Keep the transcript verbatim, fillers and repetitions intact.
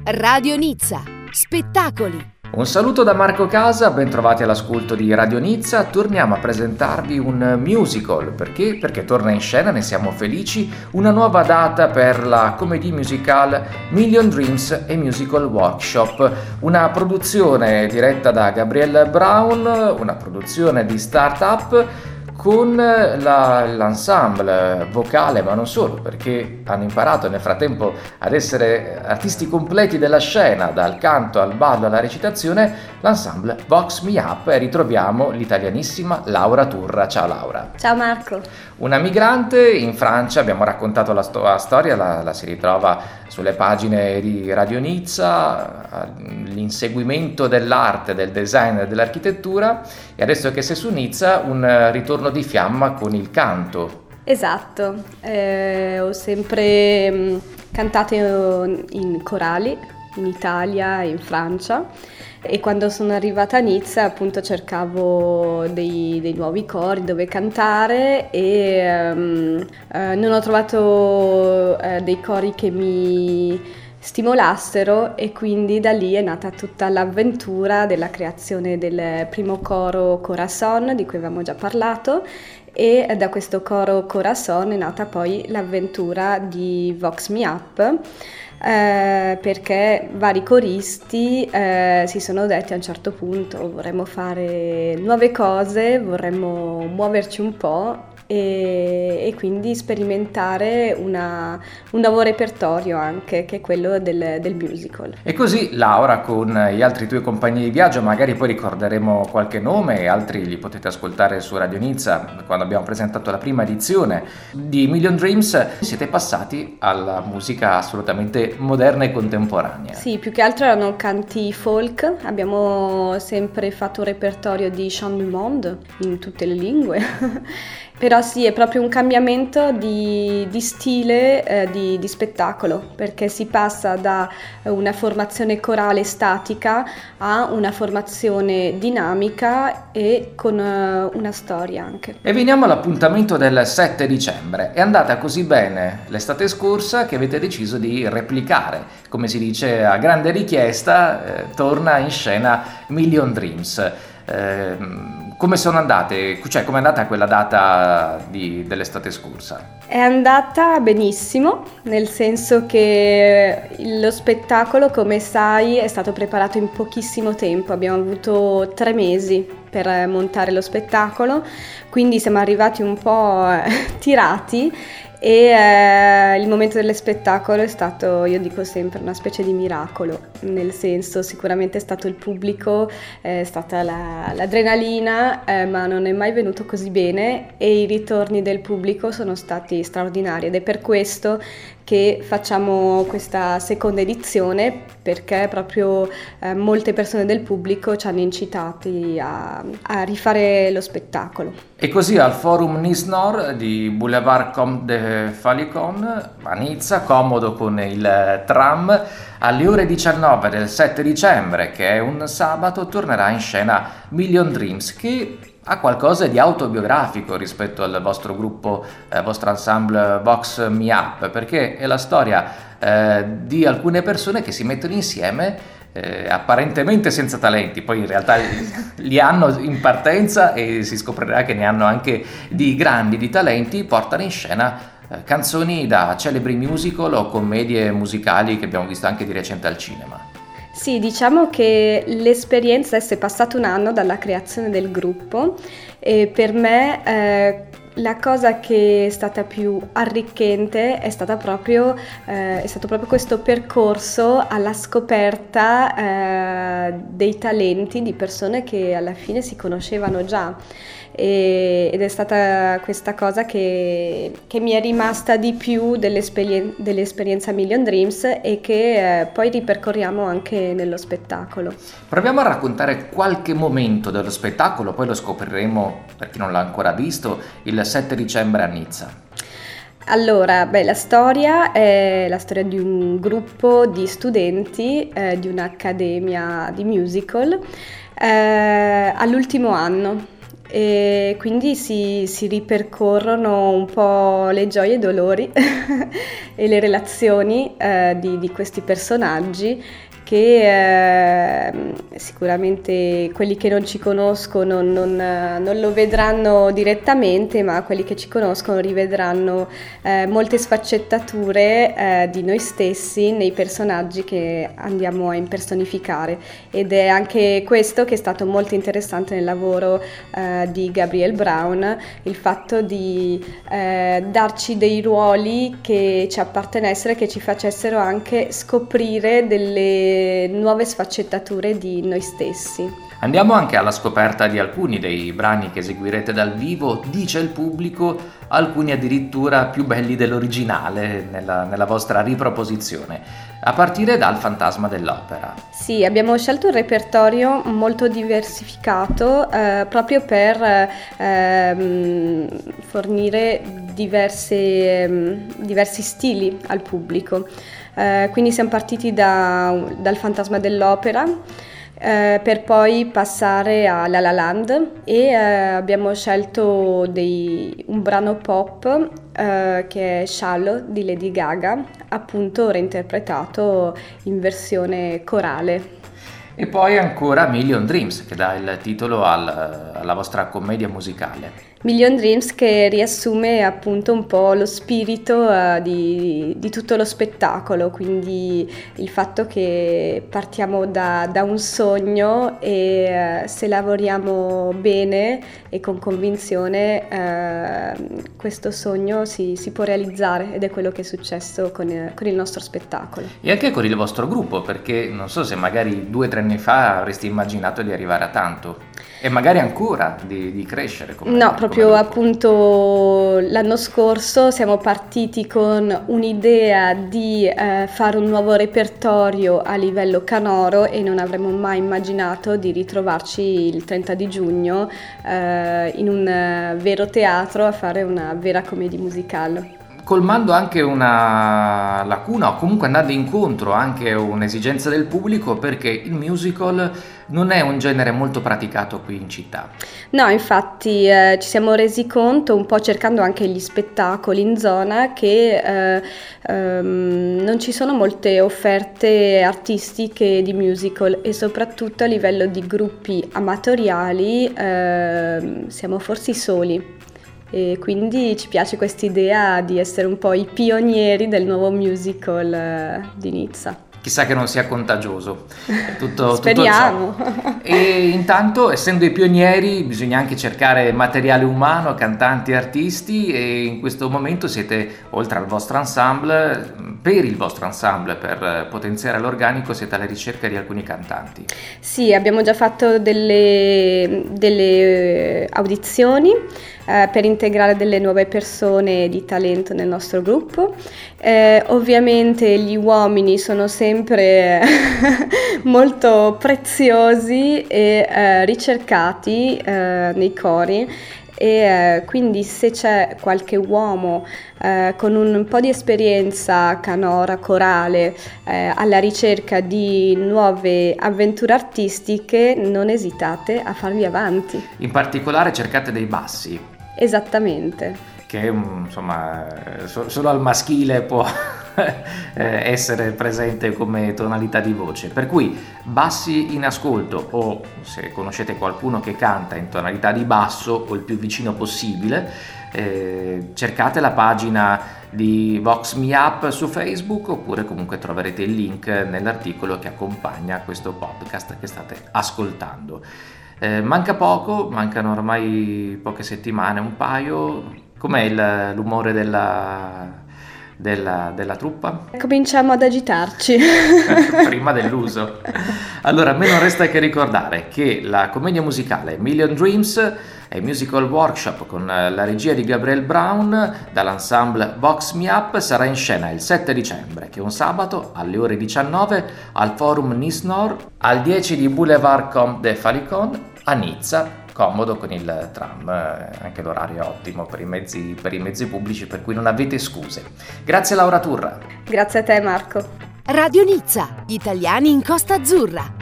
Radio Nizza, spettacoli. Un saluto da Marco Casa, ben trovati all'ascolto di Radio Nizza. Torniamo a presentarvi un musical. Perché? Perché torna in scena, ne siamo felici, una nuova data per la comedy musical Million Dreams A Musical Workshop, una produzione diretta da Gabrielle Brown, una produzione di Startup con la, l'ensemble vocale, ma non solo, perché hanno imparato nel frattempo ad essere artisti completi della scena, dal canto al ballo alla recitazione, l'ensemble Vox Me Up, e ritroviamo l'italianissima Laura Turra. Ciao Laura. Ciao Marco. Una migrante in Francia, abbiamo raccontato la, sto- la storia, la, la si ritrova sulle pagine di Radio Nizza, l'inseguimento dell'arte, del design e dell'architettura, e adesso che sei su Nizza un ritorno di fiamma con il canto. Esatto, eh, ho sempre mh, cantato in corali in Italia e in Francia, e quando sono arrivata a Nizza appunto cercavo dei, dei nuovi cori dove cantare e um, eh, non ho trovato eh, dei cori che mi stimolassero, e quindi da lì è nata tutta l'avventura della creazione del primo coro Corazon di cui avevamo già parlato, e da questo coro Corazon è nata poi l'avventura di Vox Me Up, eh, perché vari coristi eh, si sono detti a un certo punto: vorremmo fare nuove cose, vorremmo muoverci un po' e, e quindi sperimentare una, un nuovo repertorio anche, che è quello del, del musical. E così Laura, con gli altri tuoi compagni di viaggio, magari poi ricorderemo qualche nome e altri li potete ascoltare su Radio Nizza quando abbiamo presentato la prima edizione di Million Dreams, siete passati alla musica assolutamente moderna e contemporanea. Sì, più che altro erano canti folk, abbiamo sempre fatto un repertorio di chant du monde in tutte le lingue. Però sì, è proprio un cambiamento di, di stile, eh, di, di spettacolo, perché si passa da una formazione corale statica a una formazione dinamica e con uh, una storia anche. E veniamo all'appuntamento del sette dicembre. È andata così bene l'estate scorsa che avete deciso di replicare, come si dice a grande richiesta, eh, torna in scena Million Dreams. Eh, come sono andate? Cioè, come è andata quella data di, dell'estate scorsa? È andata benissimo, nel senso che lo spettacolo, come sai, è stato preparato in pochissimo tempo. Abbiamo avuto tre mesi per montare lo spettacolo, quindi siamo arrivati un po' tirati. E eh, il momento dello spettacolo è stato, io dico sempre, una specie di miracolo, nel senso, sicuramente è stato il pubblico, è stata la, l'adrenalina, eh, ma non è mai venuto così bene, e i ritorni del pubblico sono stati straordinari, ed è per questo che facciamo questa seconda edizione, perché proprio eh, molte persone del pubblico ci hanno incitati a, a rifare lo spettacolo. E così al Forum Nice-Nord di Boulevard Comte de Falicon a Nizza, comodo con il tram, alle ore diciannove del sette dicembre, che è un sabato, tornerà in scena Million Dreams, che ha qualcosa di autobiografico rispetto al vostro gruppo, eh, vostro ensemble Vox Me Up, perché è la storia eh, di alcune persone che si mettono insieme eh, apparentemente senza talenti, poi in realtà li hanno in partenza e si scoprirà che ne hanno anche di grandi di talenti, portano in scena eh, canzoni da celebri musical o commedie musicali che abbiamo visto anche di recente al cinema. Sì, diciamo che l'esperienza, adesso è passato un anno dalla creazione del gruppo, e per me eh, la cosa che è stata più arricchente è stata proprio, eh, è stato proprio questo percorso alla scoperta eh, dei talenti di persone che alla fine si conoscevano già. E, ed è stata questa cosa che, che mi è rimasta di più dell'esperien- dell'esperienza Million Dreams, e che eh, poi ripercorriamo anche nello spettacolo. Proviamo a raccontare qualche momento dello spettacolo, poi lo scopriremo, per chi non l'ha ancora visto, il sette dicembre a Nizza. Allora, beh, la storia è la storia di un gruppo di studenti eh, di un'accademia di musical eh, all'ultimo anno. e quindi si, si ripercorrono un po' le gioie e i dolori e le relazioni eh, di, di questi personaggi che eh, sicuramente quelli che non ci conoscono non, non lo vedranno direttamente, ma quelli che ci conoscono rivedranno eh, molte sfaccettature eh, di noi stessi nei personaggi che andiamo a impersonificare, ed è anche questo che è stato molto interessante nel lavoro eh, di Gabriel Brown, il fatto di eh, darci dei ruoli che ci appartenessero e che ci facessero anche scoprire delle nuove sfaccettature di noi stessi. Andiamo anche alla scoperta di alcuni dei brani che eseguirete dal vivo, dice il pubblico, alcuni addirittura più belli dell'originale nella, nella vostra riproposizione, a partire dal Fantasma dell'Opera. Sì, abbiamo scelto un repertorio molto diversificato eh, proprio per eh, fornire diverse, eh, diversi stili al pubblico. Uh, quindi siamo partiti da, dal Fantasma dell'Opera uh, per poi passare a La La Land e uh, abbiamo scelto dei, un brano pop uh, che è Shallow di Lady Gaga, appunto reinterpretato in versione corale. E poi ancora Million Dreams, che dà il titolo al, alla vostra commedia musicale. Million Dreams, che riassume appunto un po' lo spirito uh, di, di tutto lo spettacolo, quindi il fatto che partiamo da, da un sogno e uh, se lavoriamo bene e con convinzione uh, questo sogno si, si può realizzare, ed è quello che è successo con, uh, con il nostro spettacolo. E anche con il vostro gruppo, perché non so se magari due o tre anni fa avreste immaginato di arrivare a tanto e magari ancora di, di crescere come no, proprio come appunto l'anno scorso siamo partiti con un'idea di eh, fare un nuovo repertorio a livello canoro e non avremmo mai immaginato di ritrovarci il trenta di giugno eh, in un uh, vero teatro a fare una vera commedia musicale. Colmando anche una lacuna o comunque andando incontro anche a un'esigenza del pubblico, perché il musical non è un genere molto praticato qui in città. No, infatti eh, ci siamo resi conto, un po' cercando anche gli spettacoli in zona, che eh, ehm, non ci sono molte offerte artistiche di musical e soprattutto a livello di gruppi amatoriali eh, siamo forse i soli. E quindi ci piace questa idea di essere un po' i pionieri del nuovo musical eh, di Nizza. Chissà che non sia contagioso. Tutto, Speriamo. Tutto ciò. E intanto, essendo i pionieri, bisogna anche cercare materiale umano, cantanti e artisti, e in questo momento siete, oltre al vostro ensemble, per il vostro ensemble, per potenziare l'organico, siete alla ricerca di alcuni cantanti. Sì, abbiamo già fatto delle, delle audizioni eh, per integrare delle nuove persone di talento nel nostro gruppo. Eh, ovviamente gli uomini sono sempre molto preziosi e eh, ricercati eh, nei cori, e eh, quindi se c'è qualche uomo eh, con un po' di esperienza canora, corale, eh, alla ricerca di nuove avventure artistiche, non esitate a farvi avanti. In particolare cercate dei bassi. Esattamente. Che insomma solo al maschile può essere presente come tonalità di voce, per cui bassi in ascolto, o se conoscete qualcuno che canta in tonalità di basso o il più vicino possibile, eh, cercate la pagina di Vox Me Up su Facebook, oppure comunque troverete il link nell'articolo che accompagna questo podcast che state ascoltando. Eh, manca poco, mancano ormai poche settimane, un paio. Com'è il, l'umore della, della, della truppa? Cominciamo ad agitarci. Prima dell'uso. Allora, a me non resta che ricordare che la commedia musicale Million Dreams è il musical workshop con la regia di Gabriel Brown dall'ensemble Vox Me Up, sarà in scena il sette dicembre, che è un sabato, alle ore diciannove al Forum Nisnor, al dieci di Boulevard Comte de Falicon a Nizza. Comodo con il tram, anche l'orario è ottimo per i mezzi, per i mezzi pubblici, per cui non avete scuse. Grazie Laura Turra. Grazie a te Marco. Radio Nizza, gli italiani in Costa Azzurra.